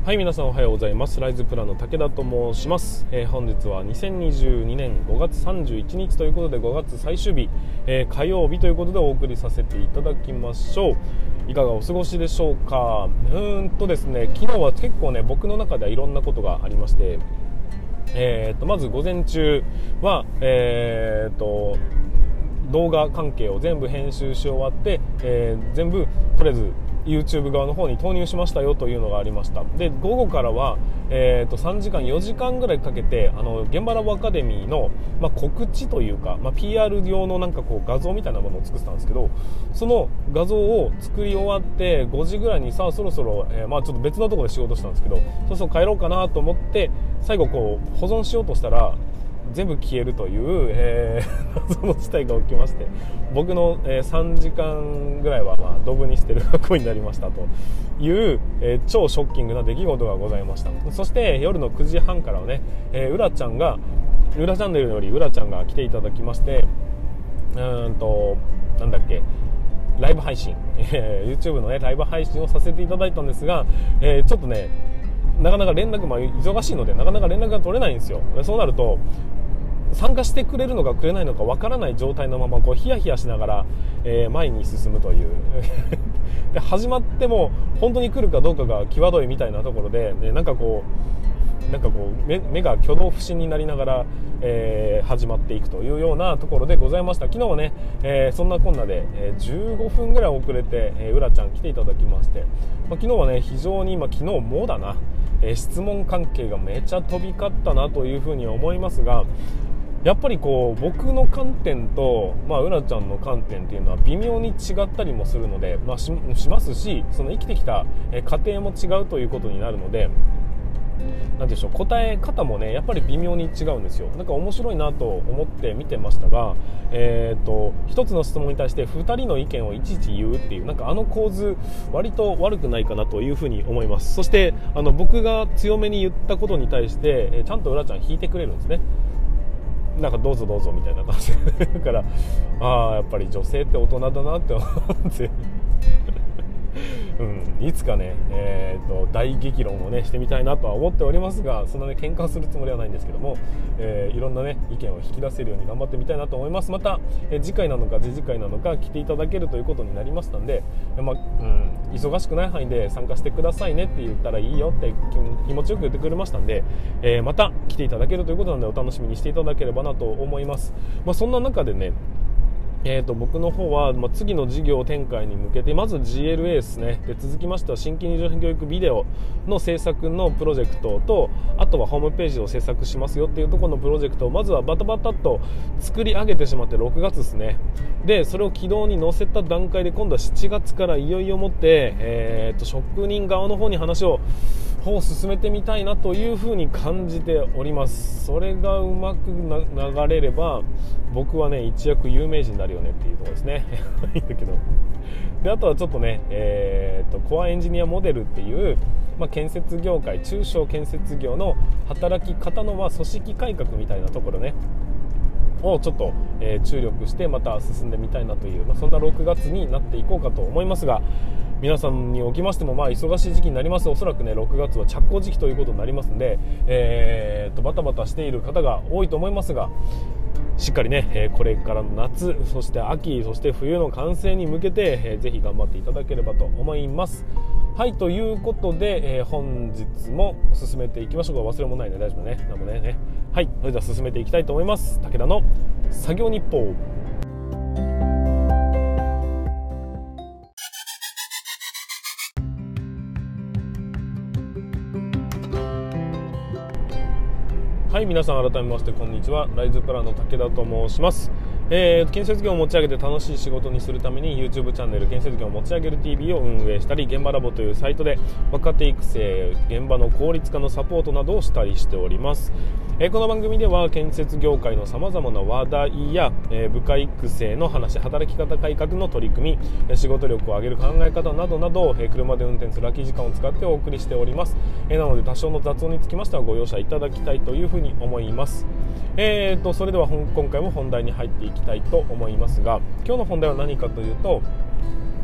はい、皆さんおはようございます。ライズプランの武田と申します。本日は2022年5月31日ということで5月最終日、火曜日ということでお送りさせていただきましょう。いかがお過ごしでしょうか。ですね、昨日は結構ね、僕の中ではいろんなことがありまして、まず午前中は、動画関係を全部編集し終わって、全部とりあえずYouTube 側の方に投入しましたよというのがありました。で、午後からは、3時間4時間ぐらいかけて現場ラボアカデミーの、告知というか、PR 用のなんかこう画像みたいなものを作ってたんですけど、その画像を作り終わって5時ぐらいにさあそろそろ、ちょっと別のところで仕事したんですけど、そろそろ帰ろうかなと思って最後こう保存しようとしたら全部消えるという、謎の事態が起きまして、僕の、3時間ぐらいはドブに捨てる箱になりましたという、超ショッキングな出来事がございました。そして夜の9時半からはね、うらチャンネルよりうらちゃんが来ていただきまして、なんだっけ、ライブ配信、YouTube のねライブ配信をさせていただいたんですが、ちょっとねなかなか連絡、忙しいのでなかなか連絡が取れないんですよ。そうなると参加してくれるのかくれないのかわからない状態のままこうヒヤヒヤしながら、前に進むというで、始まっても本当に来るかどうかが際どいみたいなところで、なんかこう目が挙動不審になりながら、始まっていくというようなところでございました。昨日はね、そんなこんなで、15分ぐらい遅れて、うらちゃん来ていただきまして、昨日はね非常に、昨日もだな、質問関係がめちゃ飛び交ったなというふうに思いますが、やっぱりこう僕の観点と、うらちゃんの観点っていうのは微妙に違ったりもするので、しますし、その生きてきた過程も違うということになるので、なんでしょう、答え方もねやっぱり微妙に違うんですよ。なんか面白いなと思って見てましたが、一つの質問に対して2人の意見をいちいち言うっていう、なんか構図割と悪くないかなというふうに思います。そして僕が強めに言ったことに対して、ちゃんとうらちゃん引いてくれるんですね。なんかどうぞどうぞみたいな感じでだからやっぱり女性って大人だなって思っていつかね、大激論をねしてみたいなとは思っておりますが、そんなね喧嘩するつもりはないんですけども、いろんなね意見を引き出せるように頑張ってみたいなと思います。また、次回なのか次々回なのか来ていただけるということになりましたんで、忙しくない範囲で参加してくださいねって言ったらいいよって気持ちよく言ってくれましたんで、また来ていただけるということなのでお楽しみにしていただければなと思います。そんな中でね、僕の方は、次の事業展開に向けてまず GLA ですね。で、続きましては新規入場教育ビデオの制作のプロジェクトと、あとはホームページを制作しますよっていうところのプロジェクトをまずはバタバタっと作り上げてしまって6月ですね。でそれを軌道に乗せた段階で今度は7月からいよいよもって、職人側の方に話を進めてみたいなというふうに感じております。それがうまく流れれば僕はね一躍有名人になるよねっていうところですねいいんだけど、であとはちょっとね、コアエンジニアモデルっていう、建設業界、中小建設業の働き方の組織改革みたいなところねをちょっと、注力してまた進んでみたいなという、そんな6月になっていこうかと思いますが、皆さんにおきましても忙しい時期になります。おそらくね6月は着工時期ということになりますので、バタバタしている方が多いと思いますが、しっかりね、これからの夏、そして秋、そして冬の完成に向けて、ぜひ頑張っていただければと思います。はい、ということで、本日も進めていきましょうか。忘れもないね、大丈夫ね。なんもね。はい、それでは進めていきたいと思います。武田の作業日報。はい、皆さん改めましてこんにちは。ライズプランの武田と申します。建設業を持ち上げて楽しい仕事にするために YouTube チャンネル建設業を持ち上げる TV を運営したり、現場ラボというサイトで若手育成、現場の効率化のサポートなどをしたりしております。この番組では建設業界のさまざまな話題や、部下育成の話、働き方改革の取り組み、仕事力を上げる考え方などなど、車で運転する空き時間を使ってお送りしております。なので多少の雑音につきましてはご容赦いただきたいというふうに思います。それでは今回も本題に入っていきたいと思いますが、今日の本題は何かというと、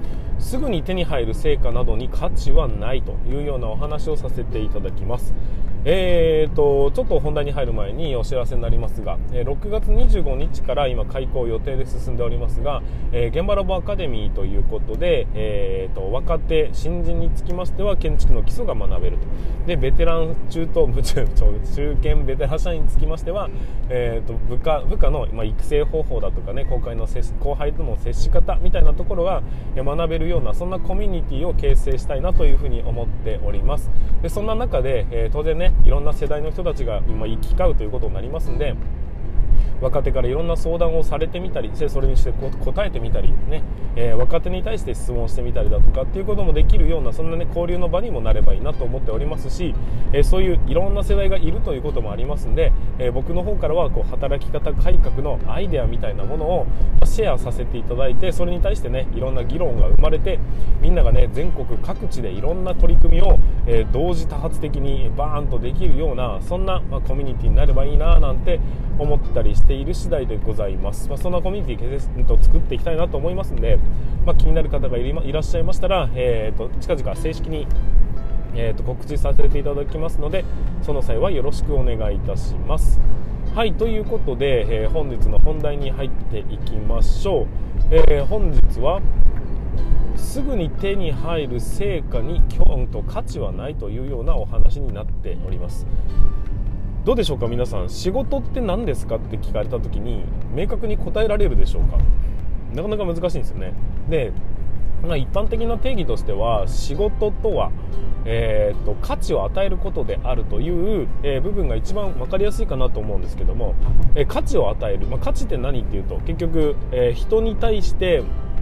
すぐに手に入る成果などに価値はないというようなお話をさせていただきます。ちょっと本題に入る前にお知らせになりますが、6月25日から今開校予定で進んでおりますが、現場ラボアカデミーということで、若手新人につきましては建築の基礎が学べると。でベテラン中堅ベテラン社員につきましては、部下の、育成方法だとかね、後輩との接し方みたいなところが学べるような、そんなコミュニティを形成したいなというふうに思っております。でそんな中で、当然ね、いろんな世代の人たちが今行き交うということになりますんで、若手からいろんな相談をされてみたり、それにして答えてみたりね、若手に対して質問してみたりだとかっていうこともできるような、そんなね交流の場にもなればいいなと思っておりますし、そういういろんな世代がいるということもありますんで、僕の方からは働き方改革のアイデアみたいなものをシェアさせていただいて、それに対してねいろんな議論が生まれて、みんながね全国各地でいろんな取り組みを、同時多発的にバーンとできるような、そんな、コミュニティになればいいななんて思ったりしている次第でございます。そんなコミュニティ作っていきたいなと思いますので、気になる方がいらっしゃいましたら、近々正式に、告知させていただきますので、その際はよろしくお願いいたします。はい、ということで、本日の本題に入っていきましょう。本日はすぐに手に入る成果に価値はないというようなお話になっております。どうでしょうか、皆さん。仕事って何ですかって聞かれた時に明確に答えられるでしょうか。なかなか難しいんですよね。で、一般的な定義としては、仕事とは、価値を与えることであるという、部分が一番分かりやすいかなと思うんですけども、価値を与える、価値って何っていうと、結局、人に対して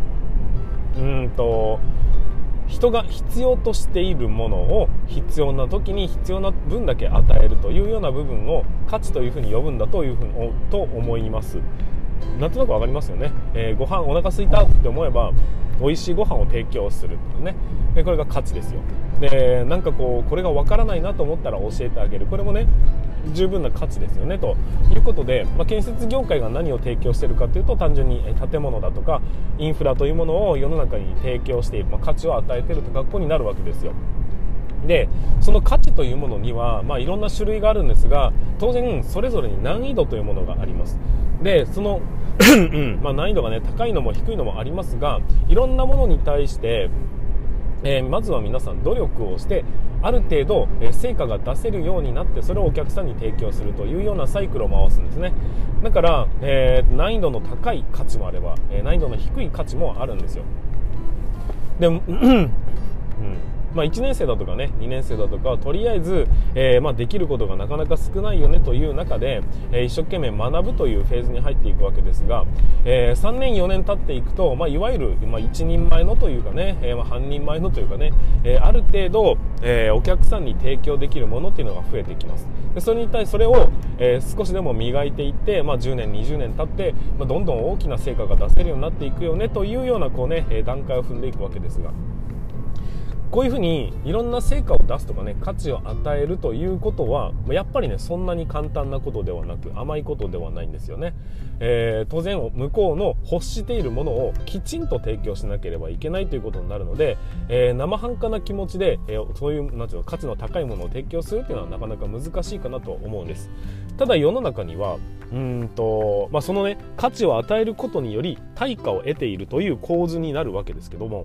人が必要としているものを必要な時に必要な分だけ与えるというような部分を価値というふうに呼ぶんだと思います。なんとなく分かりますよね。ご飯お腹空いたって思えば美味しいご飯を提供するね、これが価値ですよ。でなんかこれが分からないなと思ったら教えてあげる、これもね十分な価値ですよね。ということで、建設業界が何を提供しているかというと、単純に建物だとかインフラというものを世の中に提供している、価値を与えていると格好になるわけですよ。でその価値というものには、いろんな種類があるんですが、当然それぞれに難易度というものがあります。でその難易度がね高いのも低いのもありますが、いろんなものに対してまずは皆さん努力をして、ある程度成果が出せるようになって、それをお客さんに提供するというようなサイクルを回すんですね。だから、難易度の高い価値もあれば、難易度の低い価値もあるんですよ。で1年生だとかね2年生だとか、とりあえず、できることがなかなか少ないよねという中で、一生懸命学ぶというフェーズに入っていくわけですが、3年4年経っていくと、いわゆる、一人前のというかね、半人前のというかね、ある程度、お客さんに提供できるものっていうのが増えてきます。でそれを、少しでも磨いていって、10年20年経って、どんどん大きな成果が出せるようになっていくよねというような段階を踏んでいくわけですが、こういうふうにいろんな成果を出すとかね、価値を与えるということはやっぱりねそんなに簡単なことではなく、甘いことではないんですよね。当然向こうの欲しているものをきちんと提供しなければいけないということになるので、生半可な気持ちで、そういう価値の高いものを提供するっていうのはなかなか難しいかなと思うんです。ただ世の中にはそのね価値を与えることにより対価を得ているという構図になるわけですけども、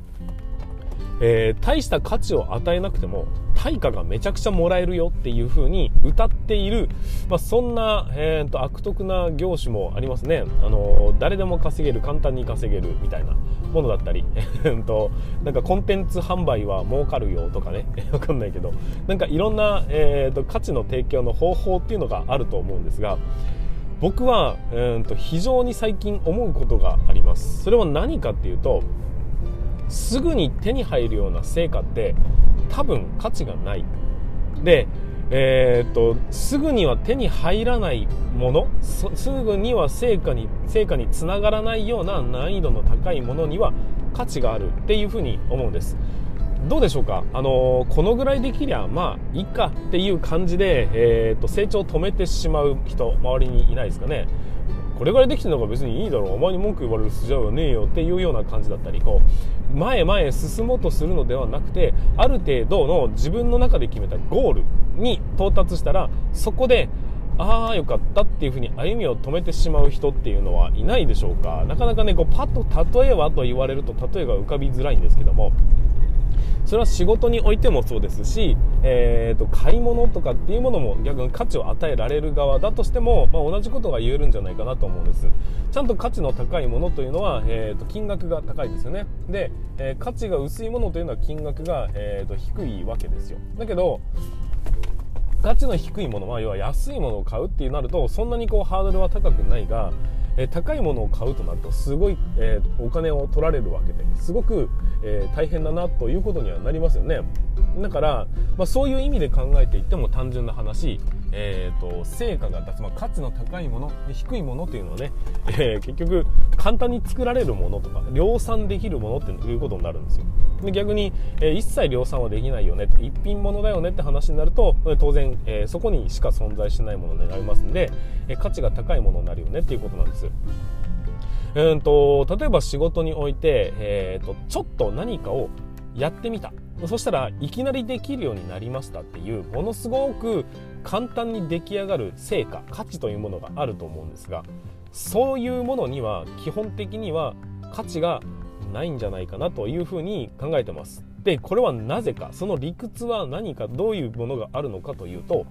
大した価値を与えなくても対価がめちゃくちゃもらえるよっていう風に歌っている、そんな、悪徳な業種もありますね。誰でも稼げる、簡単に稼げるみたいなものだったりなんかコンテンツ販売は儲かるよとかねわかんないけど、なんかいろんな、価値の提供の方法っていうのがあると思うんですが、僕は非常に最近思うことがあります。それは何かっていうと、すぐに手に入るような成果って多分価値がないで、すぐには手に入らないもの、すぐには成果につながらないような難易度の高いものには価値があるっていうふうに思うんです。どうでしょうか。このぐらいできりゃいいかっていう感じで、成長を止めてしまう人、周りにいないですかね。 これぐらいできてるのが別にいいだろう、お前に文句言われる筋合いはねえよっていうような感じだったり、こう前へ進もうとするのではなくて、ある程度の自分の中で決めたゴールに到達したら、そこでああよかったっていう風に歩みを止めてしまう人っていうのはいないでしょうか。なかなかね、こうパッと例えはと言われると例えが浮かびづらいんですけども、それは仕事においてもそうですし、買い物とかっていうものも逆に価値を与えられる側だとしても、同じことが言えるんじゃないかなと思うんです。ちゃんと価値の高いものというのは、金額が高いですよね。で、価値が薄いものというのは金額が、低いわけですよ。だけど価値の低いもの、要は安いものを買うってなるとそんなにこうハードルは高くないが、高いものを買うとなるとすごい、お金を取られるわけですごく、大変だなということにはなりますよね。だから、そういう意味で考えていっても単純な話、成果が出す、価値の高いもの低いものっていうのはね、結局簡単に作られるものとか量産できるものっていうことになるんですよ。で逆に、一切量産はできないよねと、一品物だよねって話になると当然、そこにしか存在しないものになりますので、価値が高いものになるよねっていうことなんです。例えば仕事において、ちょっと何かをやってみた、そしたらいきなりできるようになりましたっていうものすごく簡単に出来上がる成果、価値というものがあると思うんですが、そういうものには基本的には価値がないんじゃないかなというふうに考えてます。でこれはなぜか、その理屈は何か、どういうものがあるのかというと、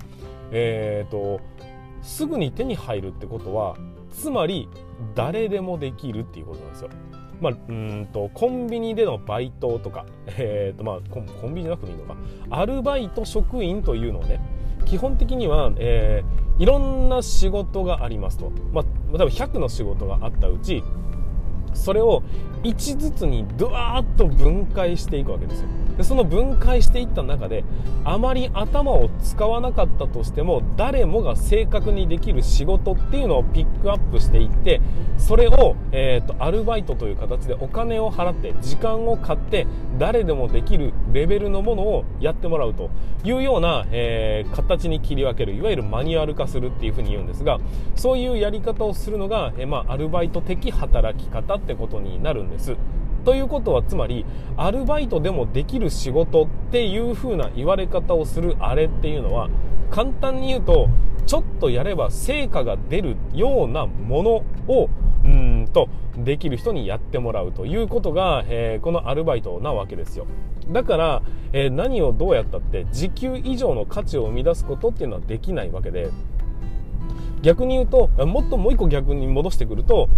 すぐに手に入るってことはつまり誰でもできるっていうことなんですよ。コンビニでのバイトとか、コンビニじゃなくていいのか、アルバイト職員というのをね、基本的には、いろんな仕事がありますと、例えば100の仕事があったうちそれを1ずつにドワーッと分解していくわけですよ。でその分解していった中であまり頭を使わなかったとしても誰もが正確にできる仕事っていうのをピックアップしていって、それを、アルバイトという形でお金を払って時間を買って誰でもできるレベルのものをやってもらうというような、形に切り分ける、いわゆるマニュアル化するっていうふうに言うんですが、そういうやり方をするのが、アルバイト的働き方ってことになるんです。ということはつまりアルバイトでもできる仕事っていう風な言われ方をするあれっていうのは、簡単に言うとちょっとやれば成果が出るようなものをできる人にやってもらうということが、このアルバイトなわけですよ。だから、何をどうやったって時給以上の価値を生み出すことっていうのはできないわけで、逆に言うともう一個逆に戻してくると、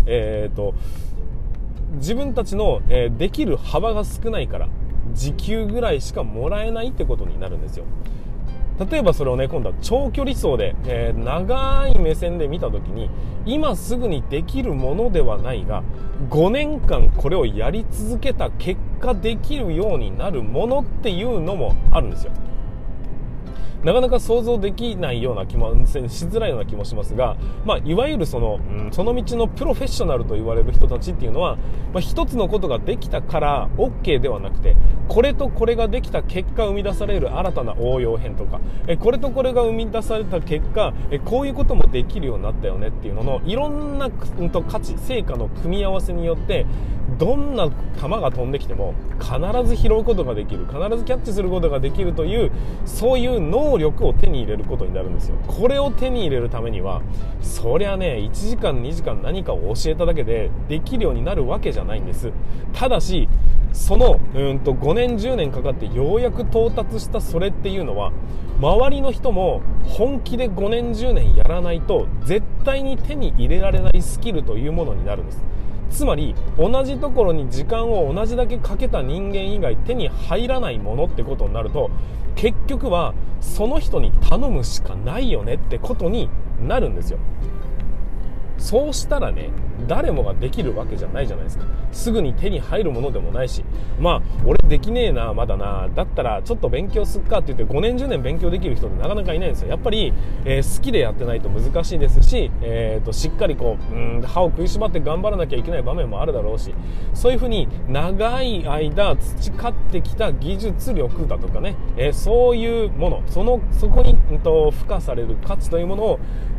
自分たちの、できる幅が少ないから時給ぐらいしかもらえないってことになるんですよ。例えばそれをね、今度は長距離走で、長い目線で見た時に今すぐにできるものではないが5年間これをやり続けた結果できるようになるものっていうのもあるんですよ。なかなか想像できないような気もしづらいような気もしますが、いわゆるその道のプロフェッショナルと言われる人たちっていうのは、一つのことができたから OK ではなくて、これとこれができた結果生み出される新たな応用編とか、これとこれが生み出された結果こういうこともできるようになったよねっていうののいろんな価値、成果の組み合わせによってどんな球が飛んできても必ず拾うことができる、必ずキャッチすることができるという、そういう能力を手に入れることになるんですよ。これを手に入れるためにはそりゃね、1時間2時間何かを教えただけでできるようになるわけじゃないんです。ただしその5年10年かかってようやく到達したそれっていうのは、周りの人も本気で5年10年やらないと絶対に手に入れられないスキルというものになるんです。つまり同じところに時間を同じだけかけた人間以外手に入らないものってことになると、結局はその人に頼むしかないよねってことになるんですよ。そうしたらね、誰もができるわけじゃないじゃないですか。すぐに手に入るものでもないし、俺できねえな、まだな、だったらちょっと勉強すっかって言って5年10年勉強できる人ってなかなかいないんですよ。やっぱり、好きでやってないと難しいですし、しっかり歯を食いしばって頑張らなきゃいけない場面もあるだろうし、そういうふうに長い間培ってきた技術力だとかね、そういうもの、そこに、付加される価値というものを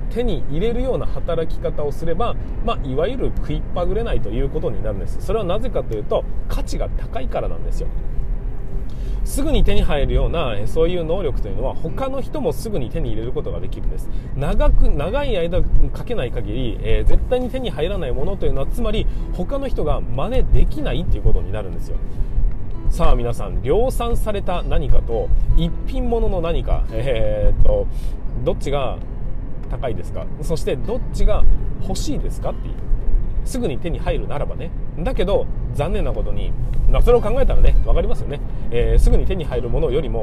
手に入れるような働き方をすれば、いわゆる食いっぱぐれないということになるんです。それはなぜかというと、価値が高いからなんですよ。すぐに手に入るようなそういう能力というのは他の人もすぐに手に入れることができるんです。長い間かけない限り、絶対に手に入らないものというのは、つまり他の人が真似できないということになるんですよ。さあ皆さん、量産された何かと一品物の何か、どっちが高いですか？そしてどっちが欲しいですかっていう、すぐに手に入るならばね。だけど残念なことに、それを考えたらね、分かりますよね。すぐに手に入るものよりも、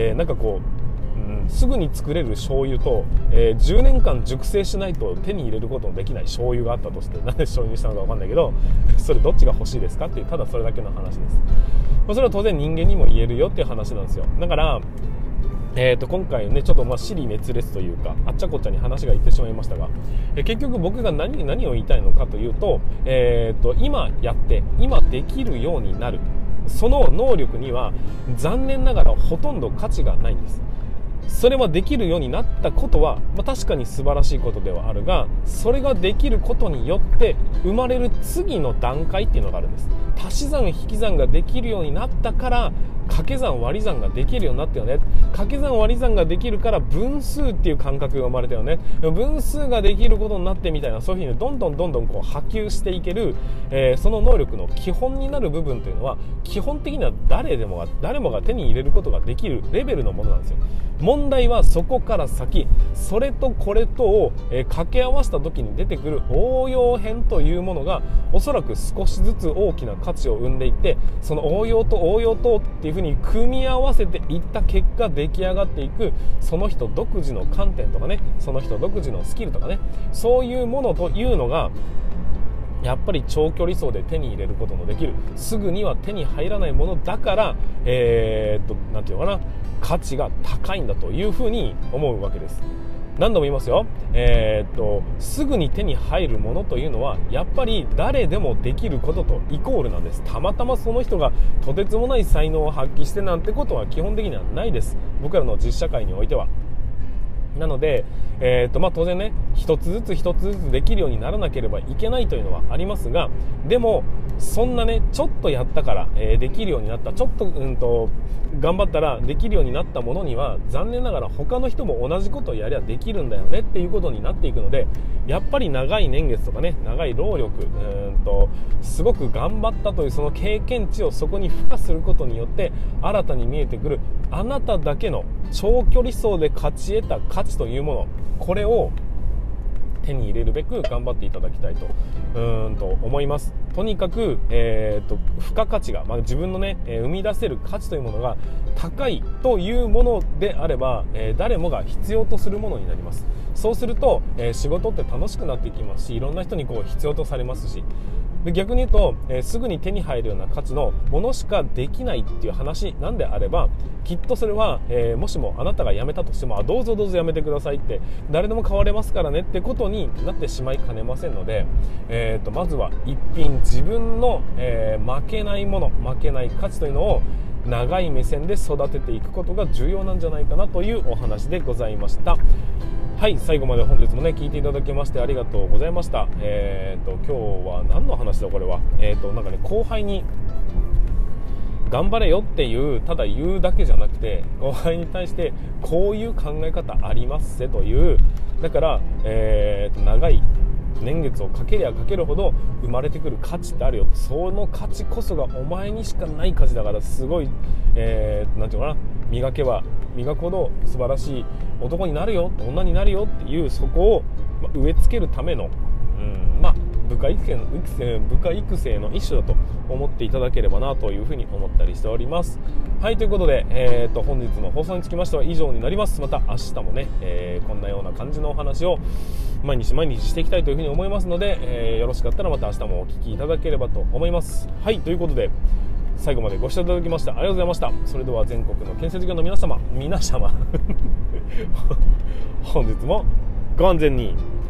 すぐに作れる醤油と、10年間熟成しないと手に入れることのできない醤油があったとして、なんで醤油にしたのか分かんないけど、それどっちが欲しいですかっていう、ただそれだけの話です。それは当然人間にも言えるよっていう話なんですよ。だから今回ね、ちょっと支離滅裂というか、あっちゃこっちゃに話がいってしまいましたが、結局僕が何を言いたいのかというと、今やって今できるようになる、その能力には残念ながらほとんど価値がないんです。それはできるようになったことは、確かに素晴らしいことではあるが、それができることによって生まれる次の段階っていうのがあるんです。足し算引き算ができるようになったから掛け算割り算ができるようになったよね。掛け算割り算ができるから分数っていう感覚が生まれたよね。分数ができることになってみたいな、そういうふうにどんどんこう波及していける、その能力の基本になる部分というのは、基本的には誰もが手に入れることができるレベルのものなんですよ。問題はそこから先、それとこれとを、掛け合わせた時に出てくる応用編というものが、おそらく少しずつ大きな価値を生んでいって、その応用と応用とっていうふうに組み合わせていった結果出来上がっていく、その人独自の観点とかね、その人独自のスキルとかね、そういうものというのがやっぱり長距離走で手に入れることのできる、すぐには手に入らないものだから、なんていうのかな、価値が高いんだというふうに思うわけです。何度も言いますよ、すぐに手に入るものというのはやっぱり誰でもできることとイコールなんです。たまたまその人がとてつもない才能を発揮してなんてことは基本的にはないです、僕らの実社会においては。なので、当然ね、一つずつできるようにならなければいけないというのはありますが、でもそんなね、ちょっとやったから、できるようになった、ちょっと、頑張ったらできるようになったものには、残念ながら他の人も同じことをやりゃできるんだよねっていうことになっていくので、やっぱり長い年月とかね、長い労力、すごく頑張ったというその経験値をそこに付加することによって新たに見えてくる、あなただけの長距離走で勝ち得た価値というもの、これを手に入れるべく頑張っていただきたいと思います。とにかく、付加価値が、自分のね、生み出せる価値というものが高いというものであれば、誰もが必要とするものになります。そうすると、仕事って楽しくなっていきますし、いろんな人にこう必要とされますし、で逆に言うと、すぐに手に入るような価値のものしかできないっていう話なんであれば、きっとそれは、もしもあなたが辞めたとしても、どうぞ辞めてくださいって、誰でも変われますからねってことになってしまいかねませんので、まずは一品自分の、負けないもの、負けない価値というのを長い目線で育てていくことが重要なんじゃないかなというお話でございました。はい、最後まで本日もね聞いていただきましてありがとうございました。今日は何の話だこれは。なんかね、後輩に頑張れよっていうただ言うだけじゃなくて、後輩に対してこういう考え方ありますせという、だから、長い年月をかけりゃかけるほど生まれてくる価値ってあるよ、その価値こそがお前にしかない価値だから、すごい、なんていうのかな、磨けば磨くほど素晴らしい男になるよ、女になるよっていう、そこを植え付けるための、部下育成の一種だと思っていただければなというふうに思ったりしております。はい、ということで、本日の放送につきましては以上になります。また明日もね、こんなような感じのお話を毎日していきたいというふうに思いますので、よろしかったらまた明日もお聞きいただければと思います。はい、ということで最後までご視聴いただきましてありがとうございました。それでは全国の建設業の皆様本日もご安全に。